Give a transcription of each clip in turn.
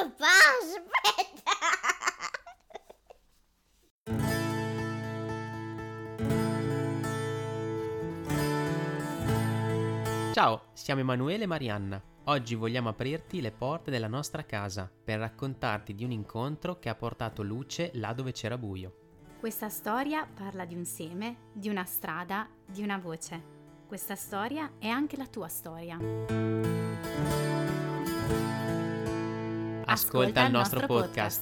Papà, aspetta! Ciao, siamo Emanuele e Marianna. Oggi vogliamo aprirti le porte della nostra casa per raccontarti di un incontro che ha portato luce là dove c'era buio. Questa storia parla di un seme, di una strada, di una voce. Questa storia è anche la tua storia. Ascolta il nostro podcast.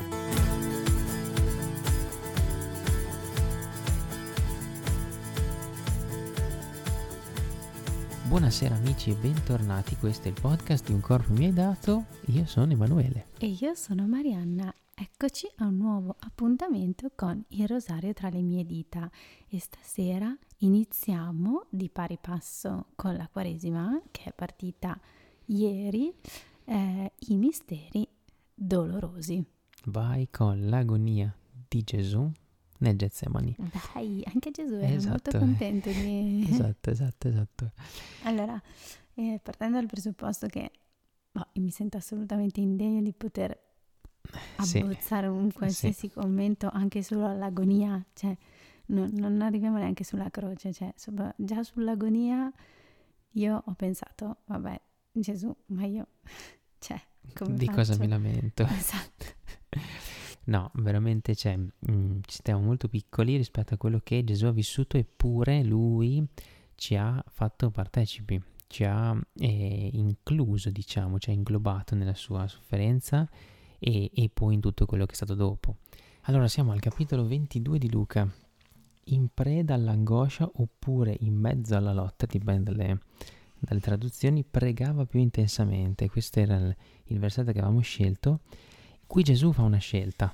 Buonasera amici e bentornati, questo è il podcast di Un corpo mi hai dato, io sono Emanuele. E io sono Marianna. Eccoci a un nuovo appuntamento con il rosario tra le mie dita e stasera iniziamo di pari passo con la Quaresima che è partita ieri, i misteri dolorosi. Vai con l'agonia di Gesù nel Getsemani. Dai, anche Gesù era molto contento di... Esatto. Allora, partendo dal presupposto che mi sento assolutamente indegno di poter abbozzare un qualsiasi commento anche solo all'agonia, cioè non arriviamo neanche sulla croce, cioè già sull'agonia io ho pensato, vabbè Gesù, ma io, cioè, come di faccio? Cosa mi lamento? Esatto. No, veramente ci stiamo molto piccoli rispetto a quello che Gesù ha vissuto, eppure Lui ci ha fatto partecipi, ci ha incluso, diciamo, ci ha inglobato nella sua sofferenza e poi in tutto quello che è stato dopo. Allora siamo al capitolo 22 di Luca, in preda all'angoscia oppure in mezzo alla lotta, dipende dalle traduzioni, pregava più intensamente. Questo era il versetto che avevamo scelto. Qui Gesù fa una scelta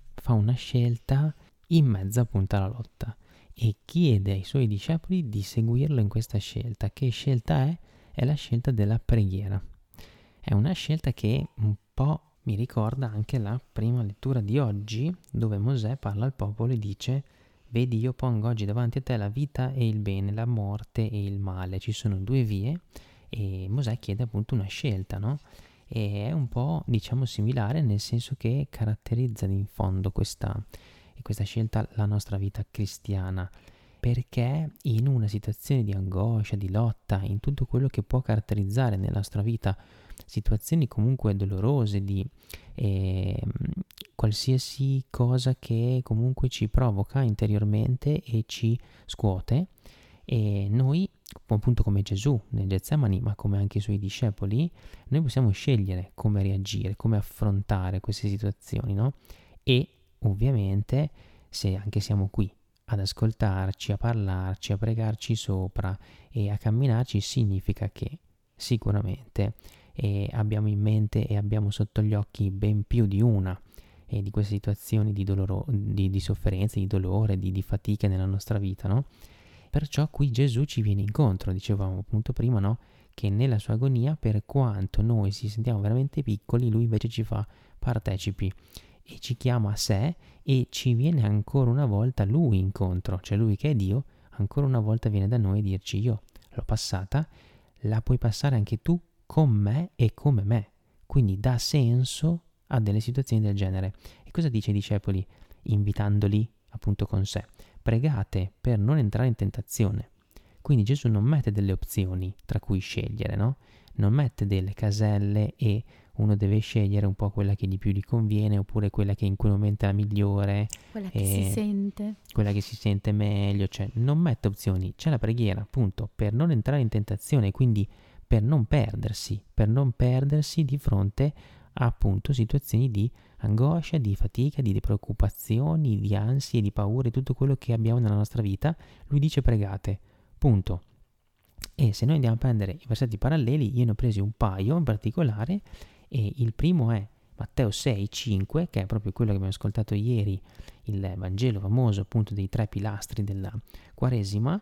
in mezzo appunto alla lotta e chiede ai suoi discepoli di seguirlo in questa scelta. Che scelta è? È la scelta della preghiera. È una scelta che un po' mi ricorda anche la prima lettura di oggi, dove Mosè parla al popolo e dice: vedi, io pongo oggi davanti a te la vita e il bene, la morte e il male. Ci sono due vie e Mosè chiede appunto una scelta, no? E è un po', diciamo, similare, nel senso che caratterizza in fondo questa scelta la nostra vita cristiana, perché in una situazione di angoscia, di lotta, in tutto quello che può caratterizzare nella nostra vita situazioni comunque dolorose, di qualsiasi cosa che comunque ci provoca interiormente e ci scuote, e noi appunto come Gesù nel Getsemani, ma come anche i suoi discepoli, noi possiamo scegliere come reagire, come affrontare queste situazioni, no? E ovviamente se anche siamo qui ad ascoltarci, a parlarci, a pregarci sopra e a camminarci, significa che sicuramente abbiamo in mente e abbiamo sotto gli occhi ben più di una di queste situazioni di sofferenza, di dolore, di fatica nella nostra vita, no? Perciò qui Gesù ci viene incontro, dicevamo appunto prima, no? Che nella sua agonia, per quanto noi ci sentiamo veramente piccoli, lui invece ci fa partecipi e ci chiama a sé e ci viene ancora una volta lui incontro, cioè lui che è Dio, ancora una volta viene da noi a dirci: io l'ho passata, la puoi passare anche tu con me e come me. Quindi dà senso a delle situazioni del genere. E cosa dice ai discepoli invitandoli appunto con sé? Pregate per non entrare in tentazione. Quindi Gesù non mette delle opzioni tra cui scegliere, no? Non mette delle caselle e uno deve scegliere un po' quella che di più gli conviene, oppure quella che in quel momento è la migliore, quella che si sente, quella che si sente meglio, cioè non mette opzioni, c'è la preghiera appunto per non entrare in tentazione, quindi per non perdersi di fronte a appunto situazioni di angoscia, di fatica, di preoccupazioni, di ansie, di paure, tutto quello che abbiamo nella nostra vita. Lui dice pregate, punto. E se noi andiamo a prendere i versetti paralleli, io ne ho presi un paio in particolare, e il primo è Matteo 6,5, che è proprio quello che abbiamo ascoltato ieri, il Vangelo famoso appunto dei 3 pilastri della Quaresima,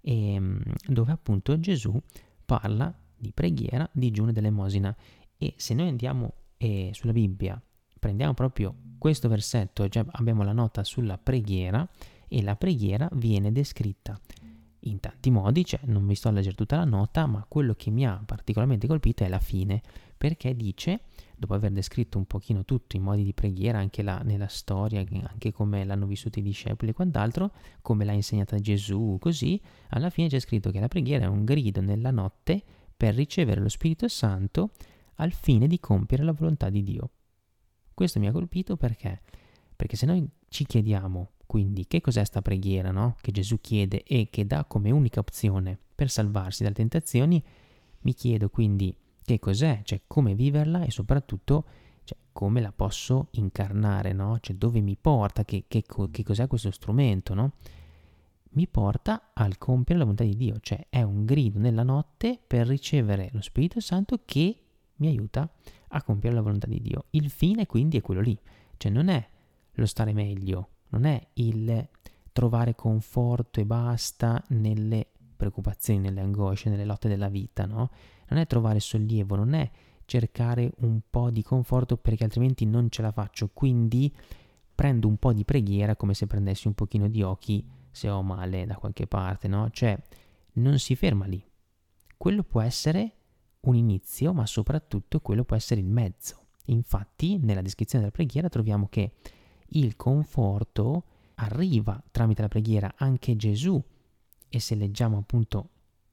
dove appunto Gesù parla di preghiera, digiuno ed elemosina. E se noi andiamo sulla Bibbia, prendiamo proprio questo versetto, già abbiamo la nota sulla preghiera, e la preghiera viene descritta in tanti modi, cioè non vi sto a leggere tutta la nota, ma quello che mi ha particolarmente colpito è la fine, perché dice, dopo aver descritto un pochino tutto i modi di preghiera, anche nella storia, anche come l'hanno vissuto i discepoli e quant'altro, come l'ha insegnata Gesù, così, alla fine c'è scritto che la preghiera è un grido nella notte per ricevere lo Spirito Santo al fine di compiere la volontà di Dio. Questo mi ha colpito perché se noi ci chiediamo quindi che cos'è sta preghiera, no? Che Gesù chiede e che dà come unica opzione per salvarsi dalle tentazioni, mi chiedo quindi che cos'è, cioè come viverla e soprattutto come la posso incarnare, no? Cioè dove mi porta, che cos'è questo strumento, no? Mi porta al compiere la volontà di Dio, cioè è un grido nella notte per ricevere lo Spirito Santo che mi aiuta a compiere la volontà di Dio. Il fine quindi è quello lì, cioè non è lo stare meglio, non è il trovare conforto e basta nelle preoccupazioni, nelle angosce, nelle lotte della vita, no? Non è trovare sollievo, non è cercare un po' di conforto perché altrimenti non ce la faccio, quindi prendo un po' di preghiera come se prendessi un pochino di occhi se ho male da qualche parte, no? Cioè non si ferma lì. Quello può essere un inizio, ma soprattutto quello può essere il mezzo. Infatti, nella descrizione della preghiera troviamo che il conforto arriva tramite la preghiera. Anche Gesù, e se leggiamo appunto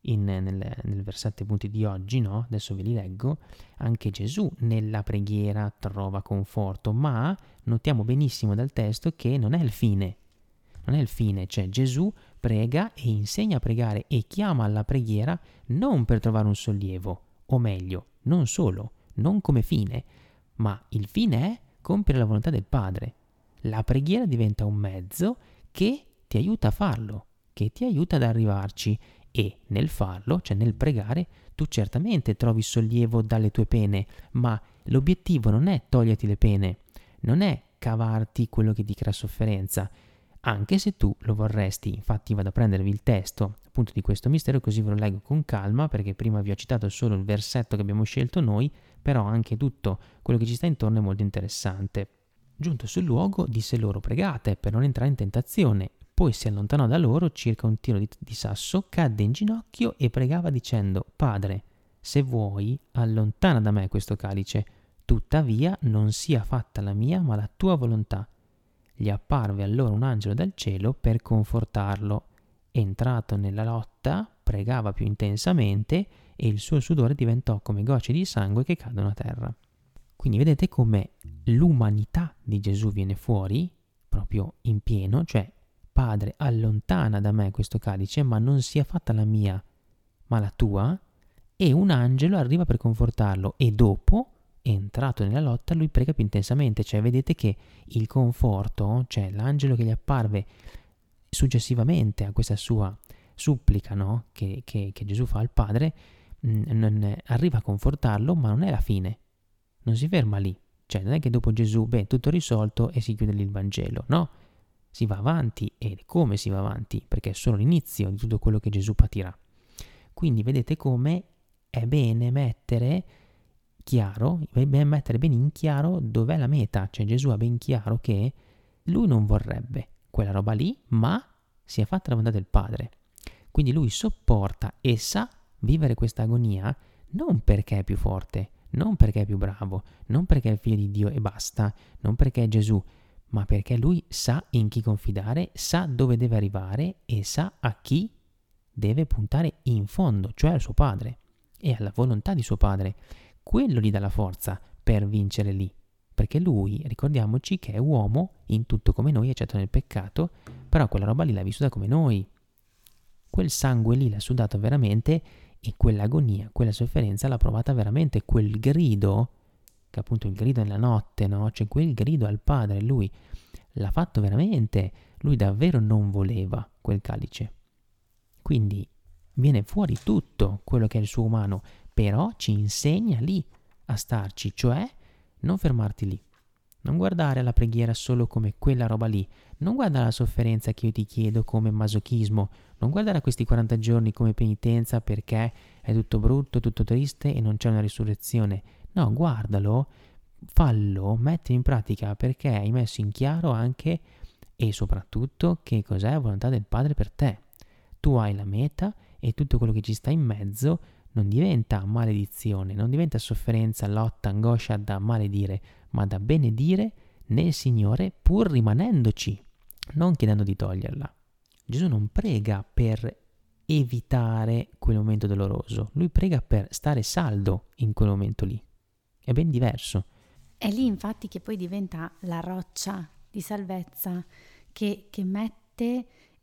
nel versetto appunto di oggi, no? Adesso ve li leggo, anche Gesù nella preghiera trova conforto, ma notiamo benissimo dal testo che non è il fine, cioè Gesù prega e insegna a pregare e chiama alla preghiera non per trovare un sollievo, o meglio, non solo, non come fine, ma il fine è compiere la volontà del Padre. La preghiera diventa un mezzo che ti aiuta a farlo, che ti aiuta ad arrivarci e nel farlo, cioè nel pregare, tu certamente trovi sollievo dalle tue pene, ma l'obiettivo non è toglierti le pene, non è cavarti quello che ti crea sofferenza, anche se tu lo vorresti. Infatti vado a prendervi il testo appunto di questo mistero così ve lo leggo con calma, perché prima vi ho citato solo il versetto che abbiamo scelto noi, però anche tutto quello che ci sta intorno è molto interessante. Giunto sul luogo disse loro: pregate per non entrare in tentazione. Poi si allontanò da loro circa un tiro di sasso, cadde in ginocchio e pregava dicendo: Padre, se vuoi, allontana da me questo calice, tuttavia non sia fatta la mia ma la tua volontà. Gli apparve allora un angelo dal cielo per confortarlo. Entrato nella lotta, pregava più intensamente e il suo sudore diventò come gocce di sangue che cadono a terra. Quindi vedete come l'umanità di Gesù viene fuori, proprio in pieno, cioè Padre, allontana da me questo calice, ma non sia fatta la mia, ma la tua, e un angelo arriva per confortarlo e dopo, entrato nella lotta, lui prega più intensamente, cioè vedete che il conforto, cioè l'angelo che gli apparve successivamente a questa sua supplica, no? che Gesù fa al Padre, arriva a confortarlo, ma non è la fine, non si ferma lì, cioè non è che dopo Gesù, tutto risolto e si chiude lì il Vangelo, no? Si va avanti, e come si va avanti? Perché è solo l'inizio di tutto quello che Gesù patirà. Quindi vedete come è bene mettere bene in chiaro dov'è la meta, cioè Gesù ha ben chiaro che lui non vorrebbe quella roba lì, ma si è fatta la volontà del Padre. Quindi lui sopporta e sa vivere questa agonia non perché è più forte, non perché è più bravo, non perché è il figlio di Dio e basta, non perché è Gesù, ma perché lui sa in chi confidare, sa dove deve arrivare e sa a chi deve puntare in fondo, cioè al suo Padre e alla volontà di suo Padre. Quello gli dà la forza per vincere lì, perché lui, ricordiamoci che è uomo in tutto come noi, eccetto nel peccato, però quella roba lì l'ha vissuta come noi. Quel sangue lì l'ha sudato veramente e quell'agonia, quella sofferenza l'ha provata veramente, quel grido, che appunto il grido nella notte, no? Cioè quel grido al Padre, lui l'ha fatto veramente, lui davvero non voleva quel calice. Quindi viene fuori tutto quello che è il suo umano, però ci insegna lì a starci, cioè non fermarti lì, non guardare alla preghiera solo come quella roba lì, non guardare alla sofferenza che io ti chiedo come masochismo, non guardare a questi 40 giorni come penitenza perché è tutto brutto, tutto triste e non c'è una risurrezione. No, guardalo, fallo, metti in pratica perché hai messo in chiaro anche e soprattutto che cos'è la volontà del Padre per te. Tu hai la meta e tutto quello che ci sta in mezzo non diventa maledizione, non diventa sofferenza, lotta, angoscia da maledire, ma da benedire nel Signore pur rimanendoci, non chiedendo di toglierla. Gesù non prega per evitare quel momento doloroso, lui prega per stare saldo in quel momento lì. È ben diverso. È lì infatti che poi diventa la roccia di salvezza che mette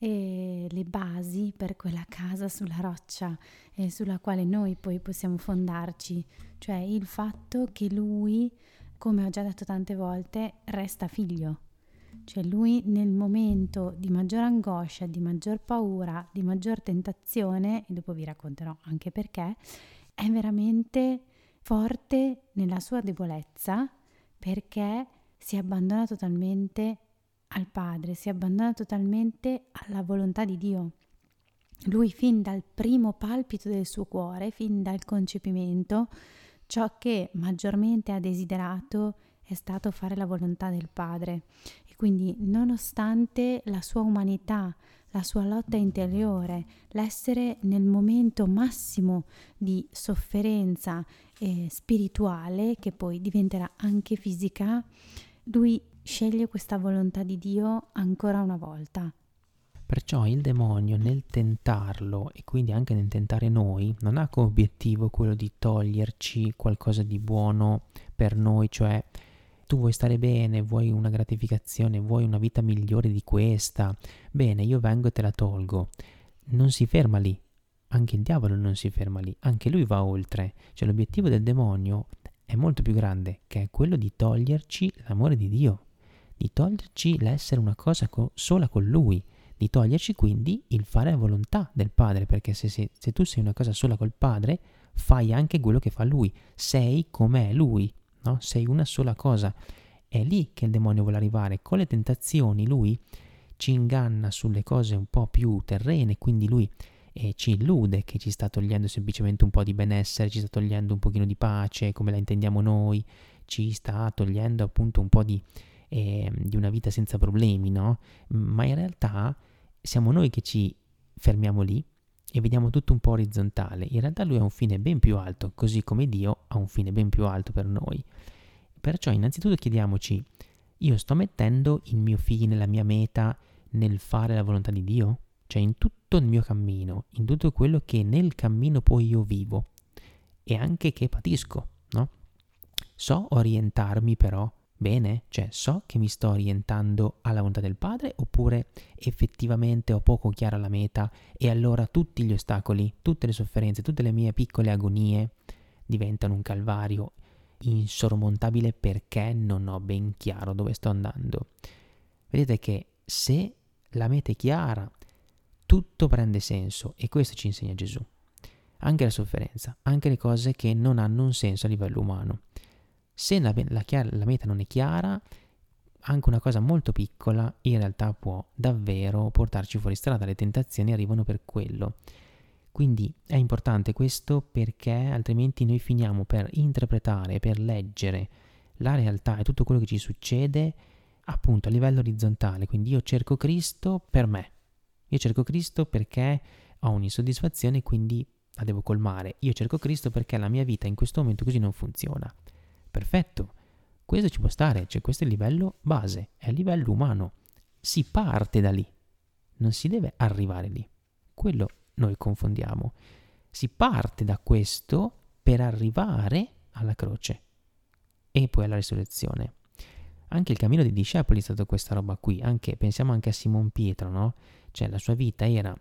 le basi per quella casa sulla roccia sulla quale noi poi possiamo fondarci, cioè il fatto che lui, come ho già detto tante volte, resta figlio. Cioè lui nel momento di maggior angoscia, di maggior paura, di maggior tentazione, e dopo vi racconterò anche perché, è veramente forte nella sua debolezza perché si abbandona totalmente al Padre, si abbandona totalmente alla volontà di Dio. Lui fin dal primo palpito del suo cuore, fin dal concepimento, ciò che maggiormente ha desiderato è stato fare la volontà del Padre. E quindi nonostante la sua umanità, la sua lotta interiore, l'essere nel momento massimo di sofferenza spirituale, che poi diventerà anche fisica, lui sceglie questa volontà di Dio ancora una volta. Perciò il demonio nel tentarlo e quindi anche nel tentare noi non ha come obiettivo quello di toglierci qualcosa di buono per noi, cioè tu vuoi stare bene, vuoi una gratificazione, vuoi una vita migliore di questa, bene, io vengo e te la tolgo. Non si ferma lì, anche il diavolo non si ferma lì, anche lui va oltre, cioè l'obiettivo del demonio è molto più grande, che è quello di toglierci l'amore di Dio, di toglierci l'essere una cosa sola con lui, di toglierci quindi il fare la volontà del Padre, perché se tu sei una cosa sola col Padre, fai anche quello che fa Lui, sei come è Lui, no? Sei una sola cosa. È lì che il demonio vuole arrivare. Con le tentazioni lui ci inganna sulle cose un po' più terrene, quindi lui ci illude che ci sta togliendo semplicemente un po' di benessere, ci sta togliendo un pochino di pace, come la intendiamo noi, ci sta togliendo appunto un po' di una vita senza problemi, no? Ma in realtà siamo noi che ci fermiamo lì e vediamo tutto un po' orizzontale. In realtà lui ha un fine ben più alto, così come Dio ha un fine ben più alto per noi. Perciò innanzitutto chiediamoci, io sto mettendo il mio fine, la mia meta nel fare la volontà di Dio? Cioè in tutto il mio cammino, in tutto quello che nel cammino poi io vivo e anche che patisco, no? So orientarmi però bene? Cioè so che mi sto orientando alla volontà del Padre oppure effettivamente ho poco chiara la meta e allora tutti gli ostacoli, tutte le sofferenze, tutte le mie piccole agonie diventano un calvario insormontabile perché non ho ben chiaro dove sto andando. Vedete che se la meta è chiara, tutto prende senso e questo ci insegna Gesù. Anche la sofferenza, anche le cose che non hanno un senso a livello umano. Se la meta non è chiara, anche una cosa molto piccola in realtà può davvero portarci fuori strada. Le tentazioni arrivano per quello. Quindi è importante questo perché altrimenti noi finiamo per interpretare, per leggere la realtà e tutto quello che ci succede appunto a livello orizzontale. Quindi io cerco Cristo per me. Io cerco Cristo perché ho un'insoddisfazione e quindi la devo colmare. Io cerco Cristo perché la mia vita in questo momento così non funziona. Perfetto, questo ci può stare, cioè questo è il livello base, è il livello umano. Si parte da lì, non si deve arrivare lì. Quello noi confondiamo. Si parte da questo per arrivare alla croce e poi alla risurrezione. Anche il cammino dei discepoli è stato questa roba qui, pensiamo anche a Simon Pietro, no? Cioè la sua vita era,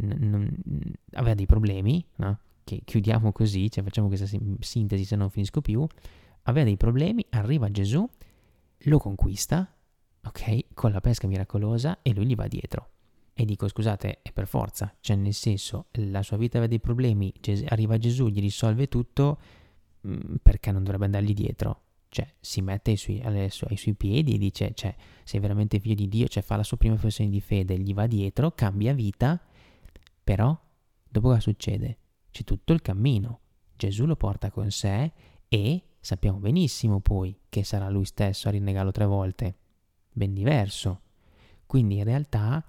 aveva dei problemi, no? Che chiudiamo così, cioè facciamo questa sintesi se non finisco più. Aveva dei problemi, arriva Gesù, lo conquista, ok, con la pesca miracolosa e lui gli va dietro. E dico, scusate, è per forza, cioè nel senso, la sua vita aveva dei problemi, arriva Gesù, gli risolve tutto, perché non dovrebbe andargli dietro? Cioè, si mette ai suoi piedi e dice, cioè, sei veramente figlio di Dio, cioè fa la sua prima professione di fede, gli va dietro, cambia vita, però, dopo cosa succede? C'è tutto il cammino. Gesù lo porta con sé e sappiamo benissimo poi che sarà lui stesso a rinnegarlo 3 volte. Ben diverso. Quindi in realtà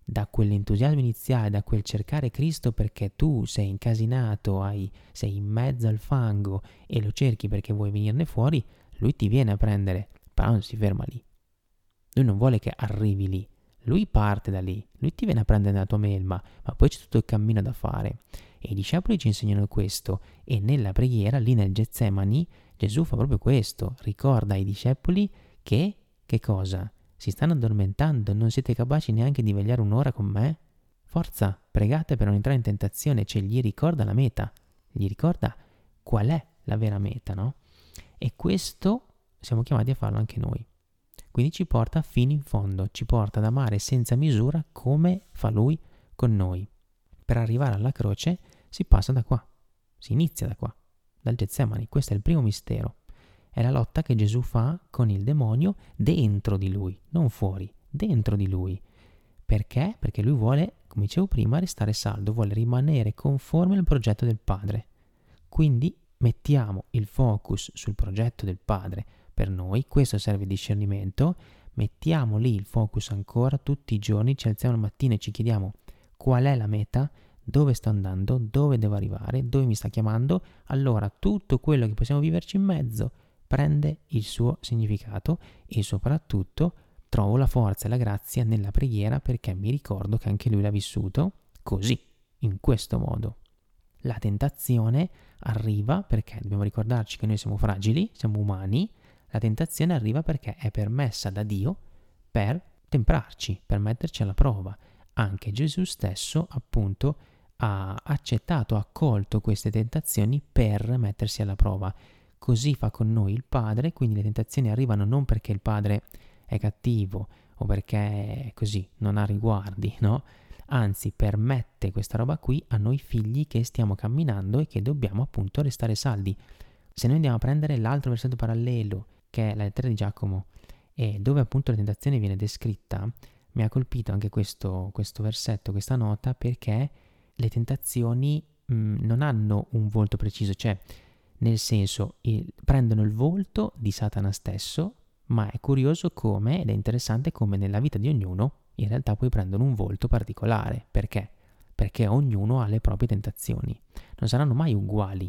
da quell'entusiasmo iniziale, da quel cercare Cristo perché tu sei incasinato, sei in mezzo al fango e lo cerchi perché vuoi venirne fuori, lui ti viene a prendere, però non si ferma lì. Lui non vuole che arrivi lì, lui parte da lì, lui ti viene a prendere nella tua melma, ma poi c'è tutto il cammino da fare. E i discepoli ci insegnano questo, e nella preghiera, lì nel Getsemani, Gesù fa proprio questo, ricorda ai discepoli che cosa? Si stanno addormentando, non siete capaci neanche di vegliare un'ora con me? Forza, pregate per non entrare in tentazione, cioè gli ricorda la meta, gli ricorda qual è la vera meta, no? E questo siamo chiamati a farlo anche noi. Quindi ci porta fino in fondo, ci porta ad amare senza misura come fa Lui con noi. Per arrivare alla croce si passa da qua, si inizia da qua, dal Getsemani. Questo è il primo mistero. È la lotta che Gesù fa con il demonio dentro di Lui, non fuori, dentro di Lui. Perché? Perché Lui vuole, come dicevo prima, restare saldo, vuole rimanere conforme al progetto del Padre. Quindi mettiamo il focus sul progetto del Padre per noi, questo serve discernimento, mettiamo lì il focus ancora tutti i giorni, ci alziamo la mattina e ci chiediamo qual è la meta, dove sto andando, dove devo arrivare, dove mi sta chiamando, allora tutto quello che possiamo viverci in mezzo prende il suo significato e soprattutto trovo la forza e la grazia nella preghiera perché mi ricordo che anche lui l'ha vissuto così, in questo modo. La tentazione arriva perché dobbiamo ricordarci che noi siamo fragili, siamo umani, la tentazione arriva perché è permessa da Dio per temprarci, per metterci alla prova. Anche Gesù stesso, appunto, ha accettato, ha accolto queste tentazioni per mettersi alla prova. Così fa con noi il Padre, quindi le tentazioni arrivano non perché il Padre è cattivo o perché così non ha riguardi, no? Anzi, permette questa roba qui a noi figli che stiamo camminando e che dobbiamo appunto restare saldi. Se noi andiamo a prendere l'altro versetto parallelo, che è la lettera di Giacomo, e dove appunto la tentazione viene descritta, mi ha colpito anche questo versetto, questa nota, perché le tentazioni non hanno un volto preciso, cioè nel senso prendono il volto di Satana stesso, ma è curioso come, ed è interessante come nella vita di ognuno in realtà poi prendono un volto particolare. Perché? Perché ognuno ha le proprie tentazioni, non saranno mai uguali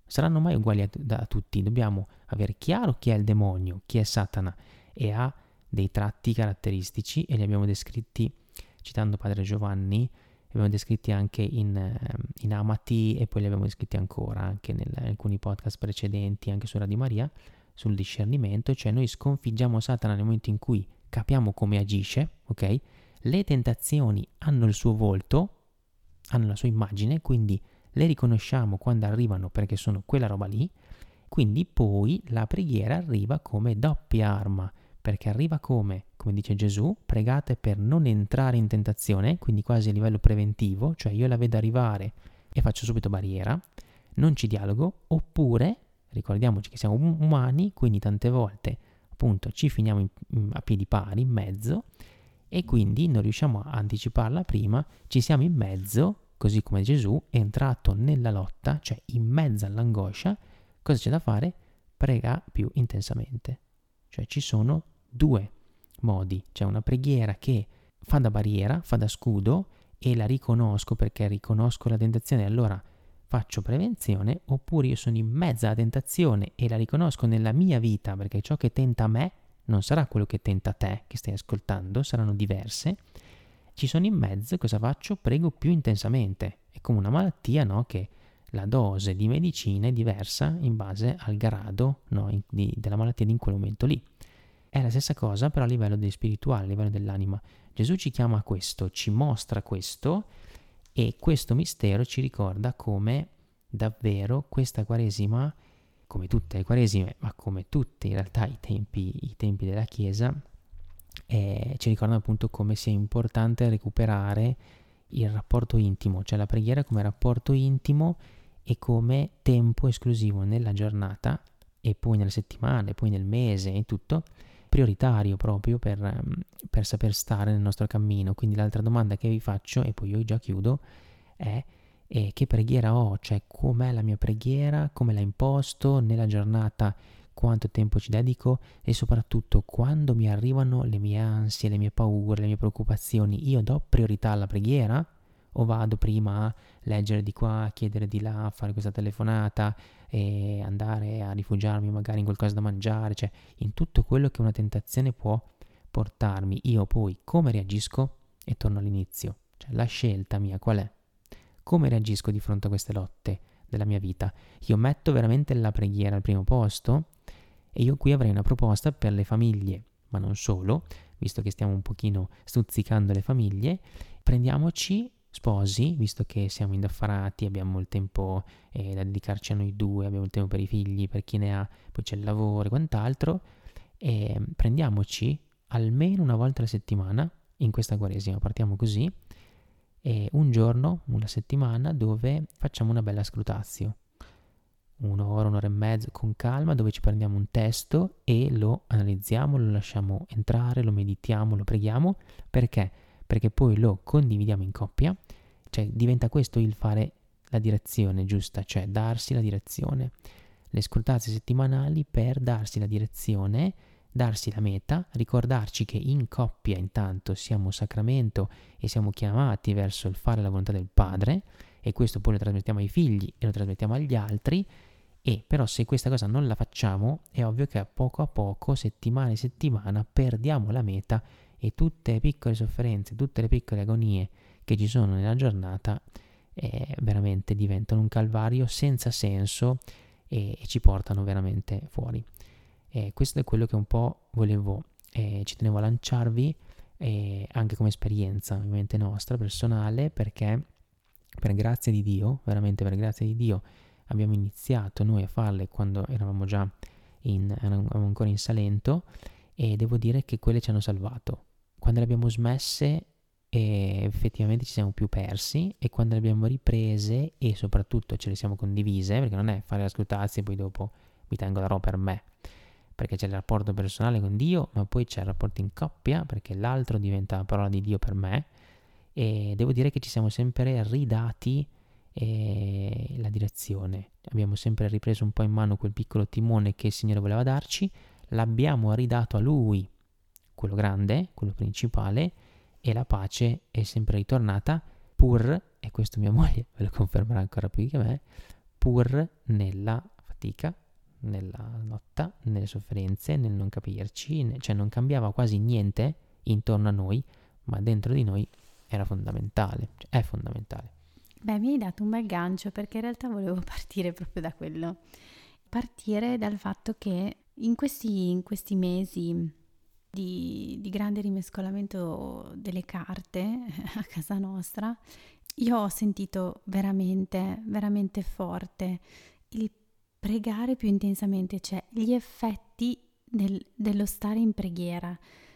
a tutti. Dobbiamo avere chiaro chi è il demonio, chi è Satana, e ha dei tratti caratteristici e li abbiamo descritti citando Padre Giovanni, li abbiamo descritti anche in Amati e poi li abbiamo descritti ancora anche in alcuni podcast precedenti, anche su Radio Maria, sul discernimento, cioè noi sconfiggiamo Satana nel momento in cui capiamo come agisce, ok? Le tentazioni hanno il suo volto, hanno la sua immagine, quindi le riconosciamo quando arrivano perché sono quella roba lì, quindi poi la preghiera arriva come doppia arma, perché arriva come dice Gesù, pregate per non entrare in tentazione, quindi quasi a livello preventivo, cioè io la vedo arrivare e faccio subito barriera, non ci dialogo, oppure ricordiamoci che siamo umani, quindi tante volte appunto ci finiamo a piedi pari, in mezzo, e quindi non riusciamo a anticiparla prima, ci siamo in mezzo, così come Gesù è entrato nella lotta, cioè in mezzo all'angoscia. Cosa c'è da fare? Prega più intensamente. Cioè ci sono due modi, c'è una preghiera che fa da barriera, fa da scudo e la riconosco perché riconosco la tentazione, allora faccio prevenzione, oppure io sono in mezzo alla tentazione e la riconosco nella mia vita perché ciò che tenta a me non sarà quello che tenta a te che stai ascoltando, saranno diverse. Ci sono in mezzo, cosa faccio? Prego più intensamente. È come una malattia, no? Che la dose di medicina è diversa in base al grado, no? Della malattia in quel momento lì. È la stessa cosa però a livello spirituale, a livello dell'anima. Gesù ci chiama a questo, ci mostra questo, e questo mistero ci ricorda come davvero questa Quaresima, come tutte le Quaresime, ma come tutti in realtà i tempi della Chiesa, ci ricordano appunto come sia importante recuperare il rapporto intimo, cioè la preghiera come rapporto intimo e come tempo esclusivo nella giornata e poi nella settimana e poi nel mese e tutto, prioritario proprio per saper stare nel nostro cammino. Quindi l'altra domanda che vi faccio, e poi io già chiudo, è che preghiera ho? Cioè com'è la mia preghiera, come la imposto nella giornata, quanto tempo ci dedico e soprattutto quando mi arrivano le mie ansie, le mie paure, le mie preoccupazioni, io do priorità alla preghiera o vado prima a leggere di qua, chiedere di là, fare questa telefonata e andare a rifugiarmi magari in qualcosa da mangiare, cioè in tutto quello che una tentazione può portarmi, io poi come reagisco? E torno all'inizio, cioè la scelta mia qual è? Come reagisco di fronte a queste lotte della mia vita? Io metto veramente la preghiera al primo posto e io qui avrei una proposta per le famiglie, ma non solo, visto che stiamo un pochino stuzzicando le famiglie, prendiamoci sposi, visto che siamo indaffarati, abbiamo il tempo da dedicarci a noi due, abbiamo il tempo per i figli, per chi ne ha, poi c'è il lavoro e quant'altro, e prendiamoci almeno una volta alla settimana in questa Quaresima, partiamo così, e un giorno, una settimana, dove facciamo una bella scrutazio, un'ora e mezza con calma, dove ci prendiamo un testo e lo analizziamo, lo lasciamo entrare, lo meditiamo, lo preghiamo. Perché? Perché poi lo condividiamo in coppia, cioè diventa questo il fare la direzione giusta, cioè darsi la direzione. Le scrutazie settimanali per darsi la direzione, darsi la meta, ricordarci che in coppia intanto siamo sacramento e siamo chiamati verso il fare la volontà del Padre, e questo poi lo trasmettiamo ai figli e lo trasmettiamo agli altri. E però se questa cosa non la facciamo è ovvio che a poco, settimana in settimana, perdiamo la meta e tutte le piccole sofferenze, tutte le piccole agonie che ci sono nella giornata veramente diventano un calvario senza senso e ci portano veramente fuori. Questo è quello che un po' ci tenevo a lanciarvi anche come esperienza ovviamente nostra, personale, perché per grazia di Dio, veramente per grazia di Dio, abbiamo iniziato noi a farle quando eravamo ancora in Salento, e devo dire che quelle ci hanno salvato. Quando le abbiamo smesse effettivamente ci siamo più persi, e quando le abbiamo riprese e soprattutto ce le siamo condivise, perché non è fare la scrutazia e poi dopo mi tengo la roba per me, perché c'è il rapporto personale con Dio, ma poi c'è il rapporto in coppia, perché l'altro diventa la parola di Dio per me, e devo dire che ci siamo sempre ridati la direzione. Abbiamo sempre ripreso un po' in mano quel piccolo timone che il Signore voleva darci, l'abbiamo ridato a Lui, quello grande, quello principale, e la pace è sempre ritornata, pur, e questo mia moglie ve lo confermerà ancora più che me, pur nella fatica, nella lotta, nelle sofferenze, nel non capirci, cioè non cambiava quasi niente intorno a noi, ma dentro di noi era fondamentale, cioè è fondamentale. Beh, mi hai dato un bel gancio, perché in realtà volevo partire proprio da quello. Partire dal fatto che in questi mesi di grande rimescolamento delle carte a casa nostra, io ho sentito veramente, veramente forte il pregare più intensamente, cioè gli effetti dello stare in preghiera,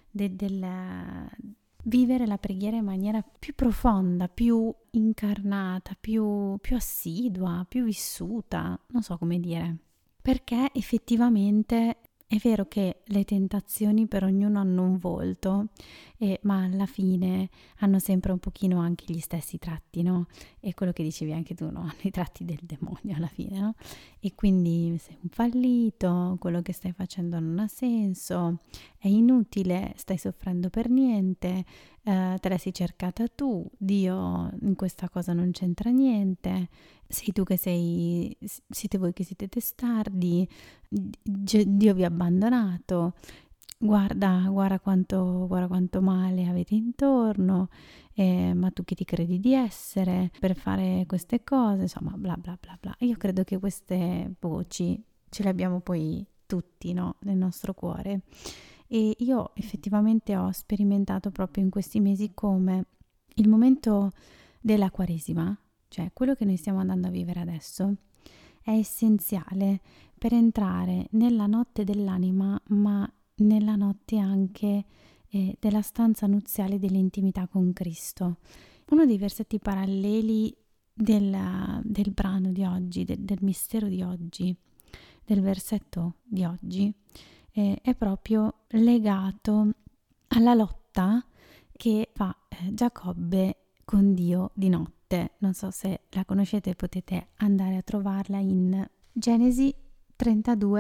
del vivere la preghiera in maniera più profonda, più incarnata, più assidua, più vissuta, non so come dire. Perché effettivamente è vero che le tentazioni per ognuno hanno un volto, ma alla fine hanno sempre un pochino anche gli stessi tratti, no? E quello che dicevi anche tu, no? I tratti del demonio alla fine, no? E quindi sei un fallito, quello che stai facendo non ha senso, è inutile, stai soffrendo per niente, te la sei cercata tu, Dio in questa cosa non c'entra niente, sei tu che siete voi che siete testardi, Dio vi ha abbandonato, guarda quanto male avete intorno, ma tu chi ti credi di essere per fare queste cose, insomma bla bla bla bla. Io credo che queste voci ce le abbiamo poi tutti, no? Nel nostro cuore, e io effettivamente ho sperimentato proprio in questi mesi come il momento della Quaresima, cioè quello che noi stiamo andando a vivere adesso, è essenziale per entrare nella notte dell'anima, ma nella notte anche della stanza nuziale dell'intimità con Cristo. Uno dei versetti paralleli del brano di oggi, del mistero di oggi, del versetto di oggi, è proprio legato alla lotta che fa Giacobbe con Dio di notte. Non so se la conoscete, potete andare a trovarla in Genesi 32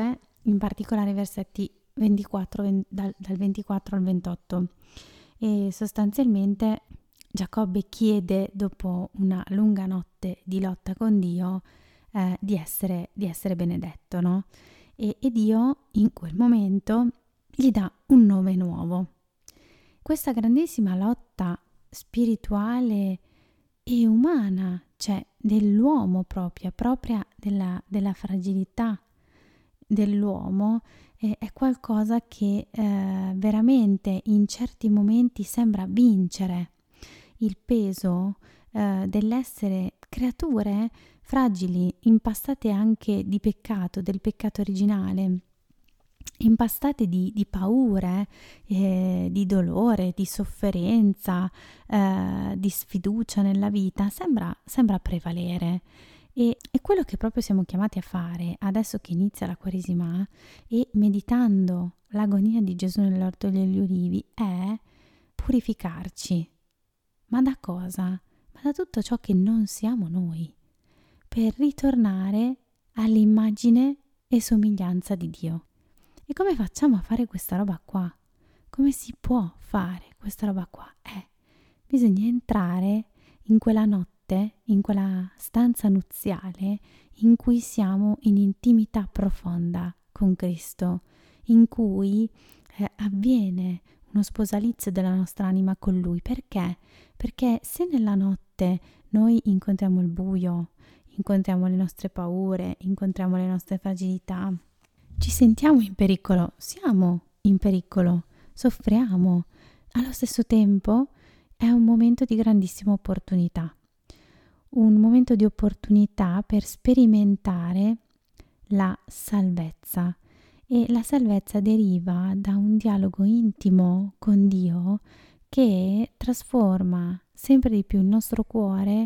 in particolare i versetti 24, dal 24 al 28. E sostanzialmente Giacobbe chiede, dopo una lunga notte di lotta con Dio, di essere benedetto, no? E Dio in quel momento gli dà un nome nuovo. Questa grandissima lotta spirituale e umana, cioè dell'uomo propria della fragilità dell'uomo, è qualcosa che veramente in certi momenti sembra vincere il peso dell'essere creature fragili, impastate anche di peccato, del peccato originale, impastate di paure, di dolore, di sofferenza, di sfiducia nella vita, sembra prevalere. E quello che proprio siamo chiamati a fare adesso che inizia la Quaresima e meditando l'agonia di Gesù nell'orto degli ulivi è purificarci. Ma da cosa? Ma da tutto ciò che non siamo noi, per ritornare all'immagine e somiglianza di Dio. E come facciamo a fare questa roba qua? Come si può fare questa roba qua? Bisogna entrare in quella notte, in quella stanza nuziale in cui siamo in intimità profonda con Cristo, in cui avviene uno sposalizio della nostra anima con Lui. Perché? Perché se nella notte noi incontriamo il buio, incontriamo le nostre paure, incontriamo le nostre fragilità, ci sentiamo in pericolo, siamo in pericolo, soffriamo. Allo stesso tempo è un momento di grandissima opportunità, un momento di opportunità per sperimentare la salvezza. E la salvezza deriva da un dialogo intimo con Dio che trasforma sempre di più il nostro cuore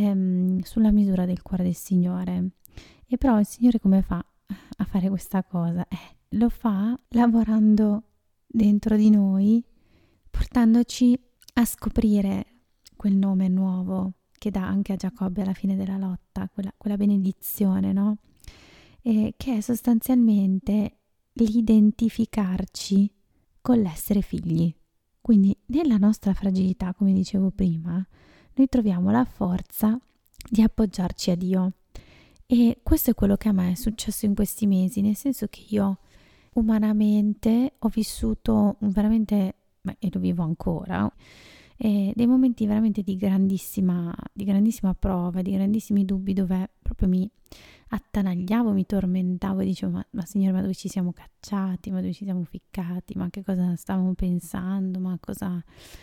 sulla misura del cuore del Signore. E però il Signore come fa a fare questa cosa? Lo fa lavorando dentro di noi, portandoci a scoprire quel nome nuovo che dà anche a Giacobbe alla fine della lotta, quella benedizione, no? Che è sostanzialmente l'identificarci con l'essere figli. Quindi nella nostra fragilità, come dicevo prima, noi troviamo la forza di appoggiarci a Dio. E questo è quello che a me è successo in questi mesi, nel senso che io umanamente ho vissuto veramente, e lo vivo ancora, dei momenti veramente di grandissima prova, di grandissimi dubbi, dove proprio mi attanagliavo, mi tormentavo e dicevo ma Signore, ma dove ci siamo cacciati, ma dove ci siamo ficcati, ma che cosa stavamo pensando, ma cosa...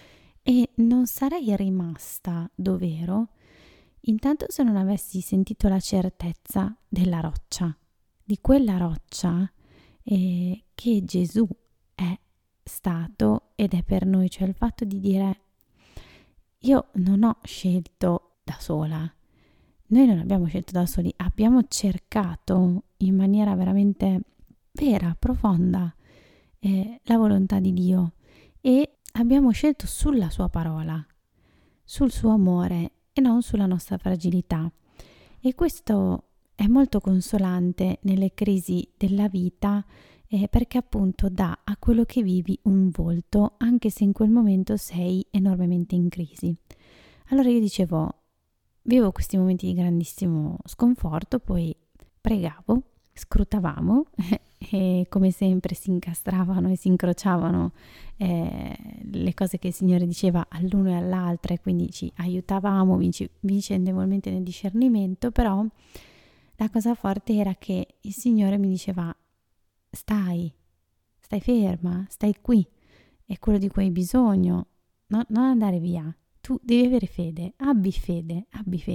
E non sarei rimasta dov'ero intanto se non avessi sentito la certezza della roccia, di quella roccia che Gesù è stato ed è per noi, cioè il fatto di dire io non ho scelto da sola, noi non abbiamo scelto da soli, abbiamo cercato in maniera veramente vera, profonda la volontà di Dio e abbiamo scelto sulla sua parola, sul suo amore e non sulla nostra fragilità. E questo è molto consolante nelle crisi della vita perché appunto dà a quello che vivi un volto, anche se in quel momento sei enormemente in crisi. Allora io dicevo, vivo questi momenti di grandissimo sconforto, poi pregavo, scrutavamo e come sempre si incastravano e si incrociavano le cose che il Signore diceva all'uno e all'altra e quindi ci aiutavamo vicendevolmente nel discernimento. Però la cosa forte era che il Signore mi diceva stai ferma, stai qui, è quello di cui hai bisogno, non andare via, tu devi avere fede, abbi fede.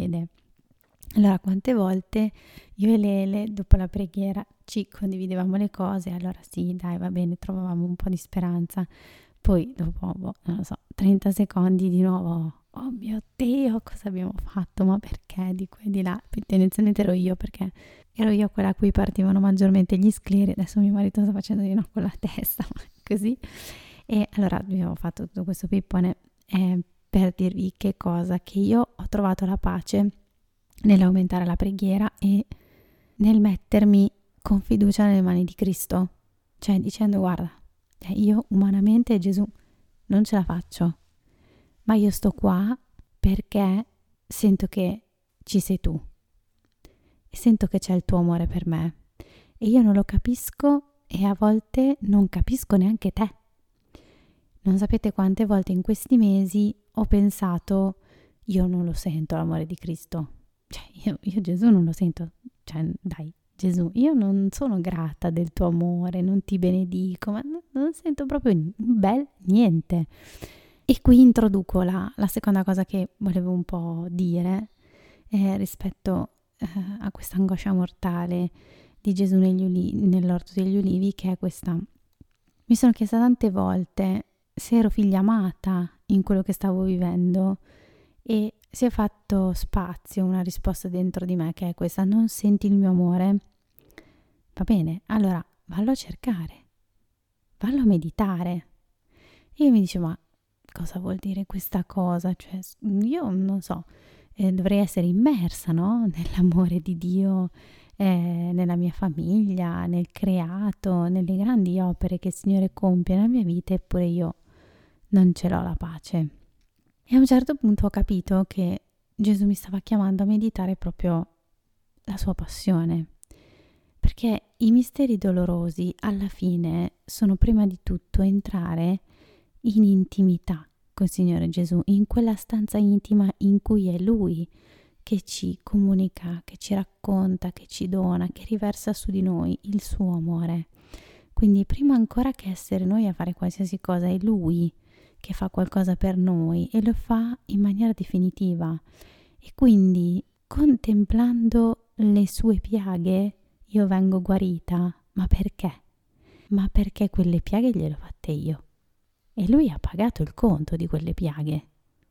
Allora quante volte io e Lele dopo la preghiera ci condividevamo le cose, allora sì dai va bene, trovavamo un po' di speranza, poi dopo non lo so 30 secondi di nuovo oh mio Dio cosa abbiamo fatto, ma perché di qua e di là. Poi tendenzialmente ero io, perché ero io quella a cui partivano maggiormente gli scleri, adesso mio marito sta facendo di no con la testa, ma così. E allora abbiamo fatto tutto questo pippone per dirvi che cosa, che io ho trovato la pace nell'aumentare la preghiera e nel mettermi con fiducia nelle mani di Cristo, cioè dicendo guarda, io umanamente Gesù non ce la faccio, ma io sto qua perché sento che ci sei tu e sento che c'è il tuo amore per me e io non lo capisco e a volte non capisco neanche te. Non sapete quante volte in questi mesi ho pensato io non lo sento l'amore di Cristo, cioè io Gesù non lo sento, cioè dai Gesù, io non sono grata del tuo amore, non ti benedico, ma non sento proprio un bel niente. E qui introduco la seconda cosa che volevo un po' dire rispetto a questa angoscia mortale di Gesù nell'orto degli ulivi, che è questa. Mi sono chiesta tante volte se ero figlia amata in quello che stavo vivendo e si è fatto spazio, una risposta dentro di me che è questa: non senti il mio amore? Va bene, allora vallo a cercare, vallo a meditare. E io mi dicevo, ma cosa vuol dire questa cosa? Cioè, io non so, dovrei essere immersa, no? Nell'amore di Dio, nella mia famiglia, nel creato, nelle grandi opere che il Signore compie nella mia vita, eppure io non ce l'ho la pace. E a un certo punto ho capito che Gesù mi stava chiamando a meditare proprio la sua passione, perché i misteri dolorosi alla fine sono prima di tutto entrare in intimità col Signore Gesù, in quella stanza intima in cui è Lui che ci comunica, che ci racconta, che ci dona, che riversa su di noi il suo amore. Quindi prima ancora che essere noi a fare qualsiasi cosa, è Lui che fa qualcosa per noi e lo fa in maniera definitiva. E quindi contemplando le sue piaghe io vengo guarita. Ma perché? Ma perché quelle piaghe gliele ho fatte io. E Lui ha pagato il conto di quelle piaghe.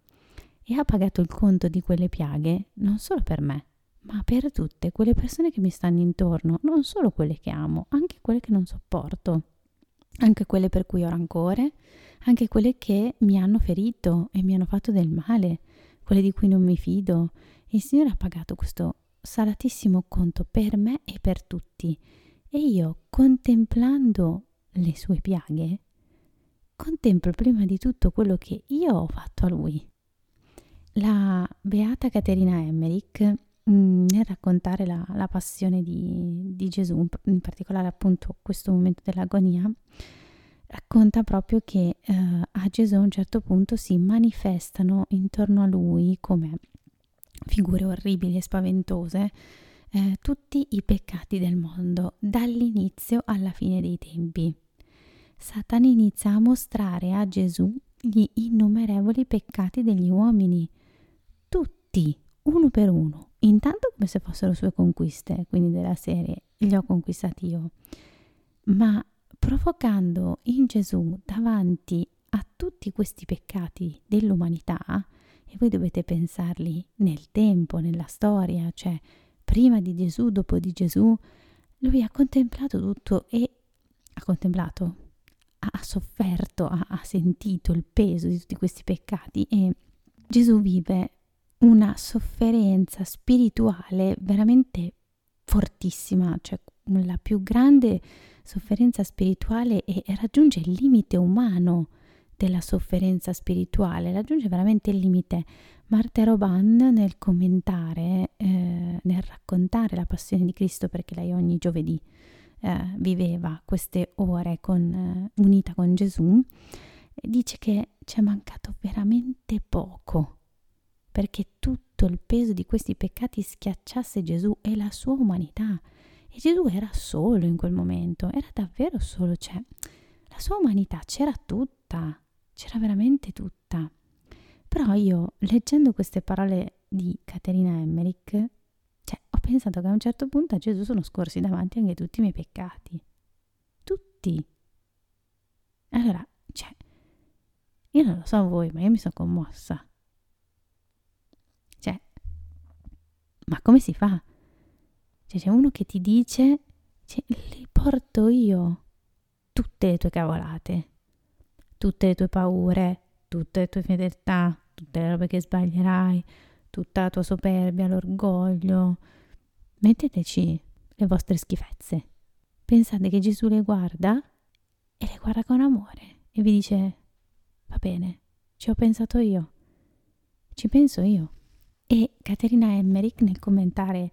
E ha pagato il conto di quelle piaghe non solo per me, ma per tutte quelle persone che mi stanno intorno, non solo quelle che amo, anche quelle che non sopporto, anche quelle per cui ho rancore, anche quelle che mi hanno ferito e mi hanno fatto del male, quelle di cui non mi fido. Il Signore ha pagato questo salatissimo conto per me e per tutti. E io, contemplando le sue piaghe, contemplo prima di tutto quello che io ho fatto a Lui. La beata Caterina Emmerich, nel raccontare la passione di Gesù, in particolare appunto questo momento dell'agonia, racconta proprio che a Gesù a un certo punto si manifestano intorno a Lui come figure orribili e spaventose tutti i peccati del mondo, dall'inizio alla fine dei tempi. Satana inizia a mostrare a Gesù gli innumerevoli peccati degli uomini, tutti, uno per uno, intanto come se fossero sue conquiste, quindi della serie li ho conquistati io, ma provocando in Gesù davanti a tutti questi peccati dell'umanità, e voi dovete pensarli nel tempo, nella storia, cioè prima di Gesù, dopo di Gesù, lui ha contemplato tutto e ha sofferto, ha sentito il peso di tutti questi peccati e Gesù vive una sofferenza spirituale veramente fortissima, cioè la più grande sofferenza spirituale e raggiunge il limite umano della sofferenza spirituale, raggiunge veramente il limite. Marthe Robin nel commentare, nel raccontare la passione di Cristo, perché lei ogni giovedì viveva queste ore unita con Gesù, dice che ci è mancato veramente poco perché tutto il peso di questi peccati schiacciasse Gesù e la sua umanità. E Gesù era solo in quel momento, era davvero solo, cioè la sua umanità c'era tutta, c'era veramente tutta. Però io, leggendo queste parole di Caterina Emmerich, cioè ho pensato che a un certo punto a Gesù sono scorsi davanti anche tutti i miei peccati. Tutti. Allora, cioè, io non lo so voi, ma io mi sono commossa. Cioè, ma come si fa? Cioè, c'è uno che ti dice, cioè, li porto io tutte le tue cavolate, tutte le tue paure, tutte le tue fedeltà, tutte le robe che sbaglierai, tutta la tua superbia, l'orgoglio. Metteteci le vostre schifezze. pensate che Gesù le guarda e le guarda con amore e vi dice: va bene, ci ho pensato io, ci penso io. E Caterina Emmerich, nel commentare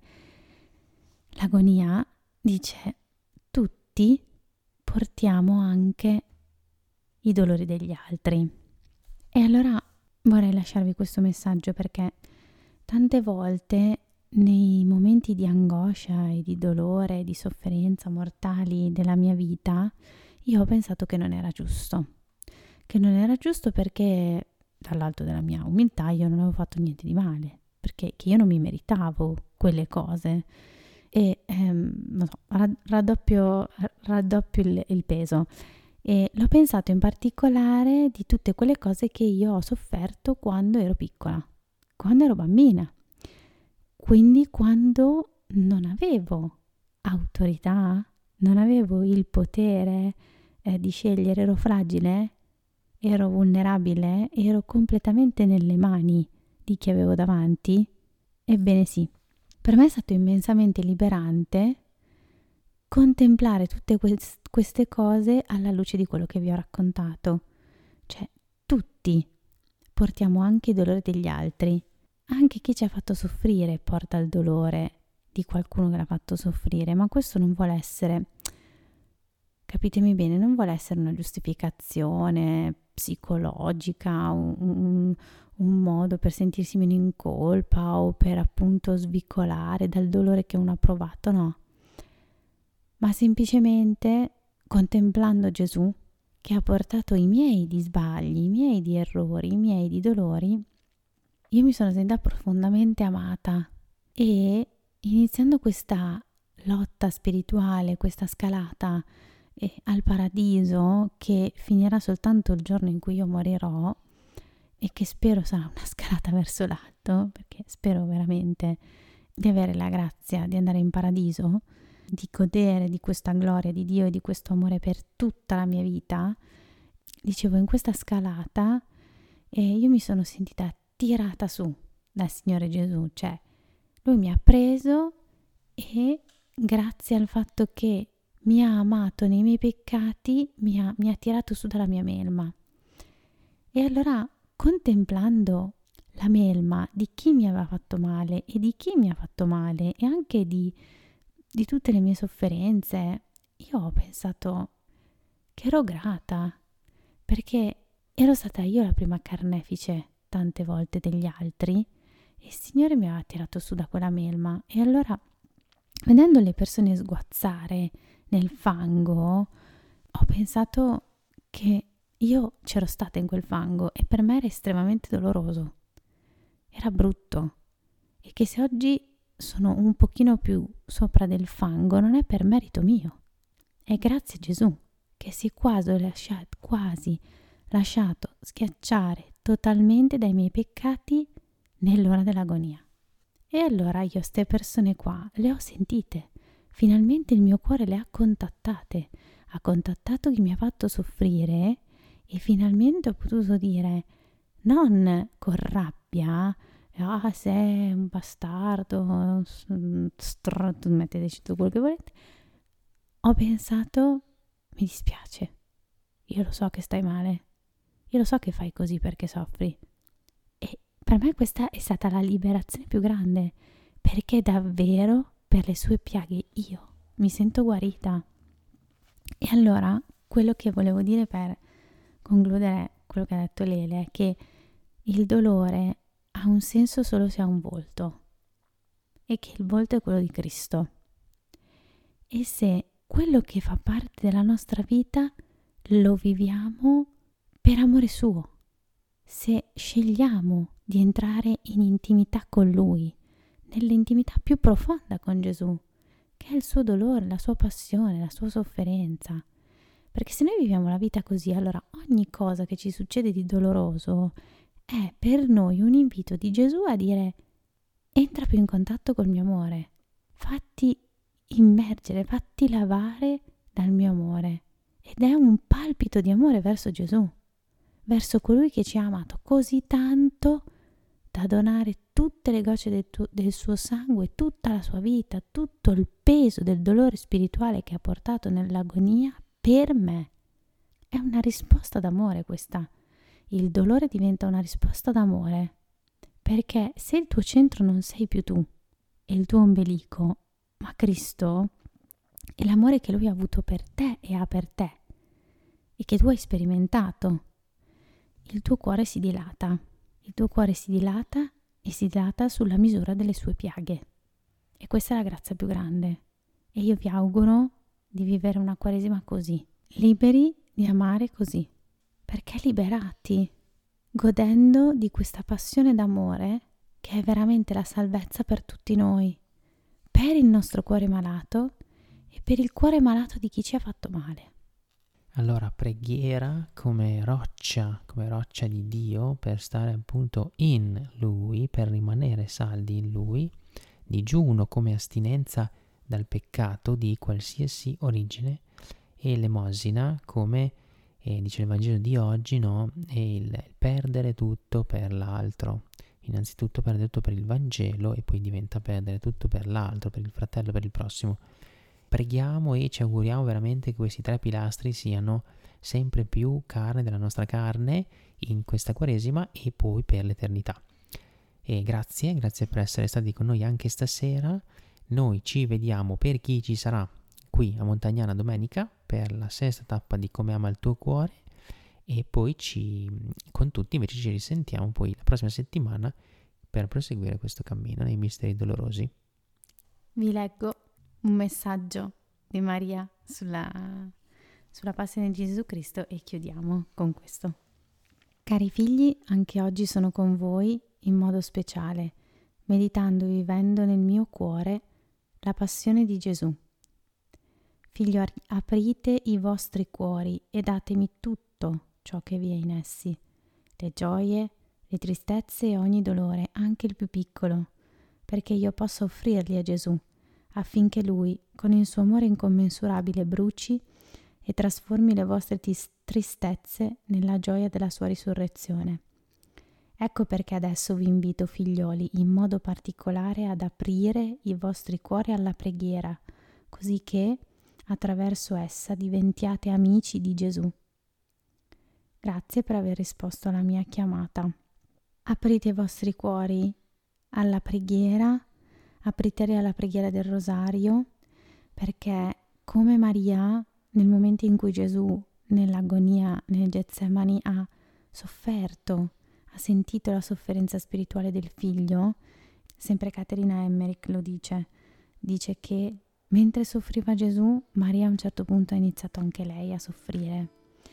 l'agonia, dice: tutti portiamo anche i dolori degli altri. E allora vorrei lasciarvi questo messaggio, perché tante volte nei momenti di angoscia e di dolore, di sofferenza mortali della mia vita, io ho pensato che non era giusto. Che non era giusto perché, dall'alto della mia umiltà, io non avevo fatto niente di male, perché che io non mi meritavo quelle cose. E non so, raddoppio il peso. E l'ho pensato in particolare di tutte quelle cose che io ho sofferto quando ero piccola, quando ero bambina. Quindi quando non avevo autorità, non avevo il potere di scegliere, ero fragile, ero vulnerabile, ero completamente nelle mani di chi avevo davanti. Ebbene sì, per me è stato immensamente liberante contemplare tutte queste cose alla luce di quello che vi ho raccontato. Cioè, tutti portiamo anche i dolori degli altri. Anche chi ci ha fatto soffrire porta il dolore di qualcuno che l'ha fatto soffrire, ma questo non vuole essere, capitemi bene, non vuole essere una giustificazione psicologica, un modo per sentirsi meno in colpa o per appunto svicolare dal dolore che uno ha provato, no. Ma semplicemente contemplando Gesù, che ha portato i miei di sbagli, i miei di errori, i miei di dolori, io mi sono sentita profondamente amata. E iniziando questa lotta spirituale, questa scalata al paradiso, che finirà soltanto il giorno in cui io morirò, e che spero sarà una scalata verso l'alto, perché spero veramente di avere la grazia di andare in paradiso, di godere di questa gloria di Dio e di questo amore per tutta la mia vita. Dicevo, in questa scalata io mi sono sentita tirata su dal Signore Gesù, cioè Lui mi ha preso e grazie al fatto che mi ha amato nei miei peccati mi ha tirato su dalla mia melma. E allora, contemplando la melma di chi mi aveva fatto male e di chi mi ha fatto male e anche di tutte le mie sofferenze, io ho pensato che ero grata, perché ero stata io la prima carnefice tante volte degli altri e il Signore mi aveva tirato su da quella melma. E allora, vedendo le persone sguazzare nel fango, ho pensato che io c'ero stata in quel fango e per me era estremamente doloroso, era brutto, e che se oggi sono un pochino più sopra del fango non è per merito mio, è grazie a Gesù che si è quasi lasciato schiacciare totalmente dai miei peccati nell'ora dell'agonia. E allora io ste persone qua le ho sentite, finalmente il mio cuore le ha contattate, ha contattato chi mi ha fatto soffrire e finalmente ho potuto dire, non con rabbia, sei un bastardo, metteteci tutto quello che volete. Ho pensato, mi dispiace, io lo so che stai male, io lo so che fai così perché soffri. E per me questa è stata la liberazione più grande, perché davvero per le sue piaghe io mi sento guarita. E allora quello che volevo dire per concludere quello che ha detto Lele è che il dolore ha un senso solo se ha un volto, e che il volto è quello di Cristo. E se quello che fa parte della nostra vita lo viviamo per amore suo, se scegliamo di entrare in intimità con Lui, nell'intimità più profonda con Gesù, che è il suo dolore, la sua passione, la sua sofferenza. Perché se noi viviamo la vita così, allora ogni cosa che ci succede di doloroso è per noi un invito di Gesù a dire: entra più in contatto col mio amore, fatti immergere, fatti lavare dal mio amore. Ed è un palpito di amore verso Gesù, verso colui che ci ha amato così tanto disposta a donare tutte le gocce del suo sangue, tutta la sua vita, tutto il peso del dolore spirituale che ha portato nell'agonia per me. È una risposta d'amore questa. Il dolore diventa una risposta d'amore, perché se il tuo centro non sei più tu e il tuo ombelico, ma Cristo, è l'amore che Lui ha avuto per te e ha per te e che tu hai sperimentato, il tuo cuore si dilata. Il tuo cuore si dilata e si dilata sulla misura delle sue piaghe. E questa è la grazia più grande. E io vi auguro di vivere una Quaresima così, liberi di amare così, perché liberati, godendo di questa passione d'amore che è veramente la salvezza per tutti noi, per il nostro cuore malato e per il cuore malato di chi ci ha fatto male. Allora, preghiera come roccia di Dio per stare appunto in Lui, per rimanere saldi in Lui, digiuno come astinenza dal peccato di qualsiasi origine, e elemosina come dice il Vangelo di oggi, no? È il perdere tutto per l'altro. Innanzitutto perdere tutto per il Vangelo e poi diventa perdere tutto per l'altro, per il fratello, per il prossimo. Preghiamo e ci auguriamo veramente che questi 3 pilastri siano sempre più carne della nostra carne in questa Quaresima e poi per l'eternità. E grazie per essere stati con noi anche stasera. Noi ci vediamo, per chi ci sarà, qui a Montagnana domenica per la 6ª tappa di Come ama il tuo cuore, e poi con tutti invece ci risentiamo poi la prossima settimana per proseguire questo cammino nei misteri dolorosi. Vi leggo un messaggio di Maria sulla passione di Gesù Cristo e chiudiamo con questo. Cari figli, anche oggi sono con voi in modo speciale, meditando e vivendo nel mio cuore la passione di Gesù. Figlio, aprite i vostri cuori e datemi tutto ciò che vi è in essi, le gioie, le tristezze e ogni dolore, anche il più piccolo, perché io possa offrirli a Gesù, affinché Lui, con il suo amore incommensurabile, bruci e trasformi le vostre tristezze nella gioia della sua risurrezione. Ecco perché adesso vi invito, figlioli, in modo particolare ad aprire i vostri cuori alla preghiera, così che, attraverso essa, diventiate amici di Gesù. Grazie per aver risposto alla mia chiamata. Aprite i vostri cuori alla preghiera, apriteli alla preghiera del rosario, perché come Maria, nel momento in cui Gesù nell'agonia, nel Getsemani, ha sofferto, ha sentito la sofferenza spirituale del figlio, sempre Caterina Emmerich lo dice che mentre soffriva Gesù, Maria a un certo punto ha iniziato anche lei a soffrire.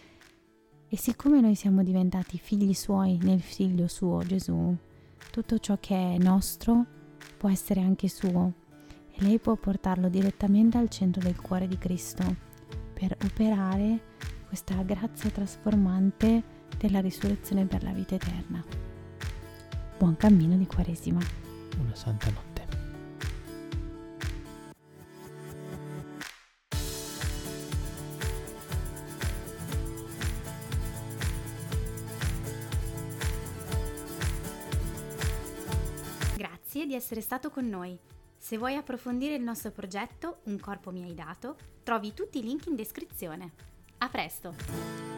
E siccome noi siamo diventati figli suoi nel figlio suo Gesù, tutto ciò che è nostro può essere anche suo, e lei può portarlo direttamente al centro del cuore di Cristo per operare questa grazia trasformante della risurrezione per la vita eterna. Buon cammino di Quaresima. Una santa notte. Grazie di essere stato con noi. Se vuoi approfondire il nostro progetto Un corpo mi hai dato, trovi tutti i link in descrizione. A presto!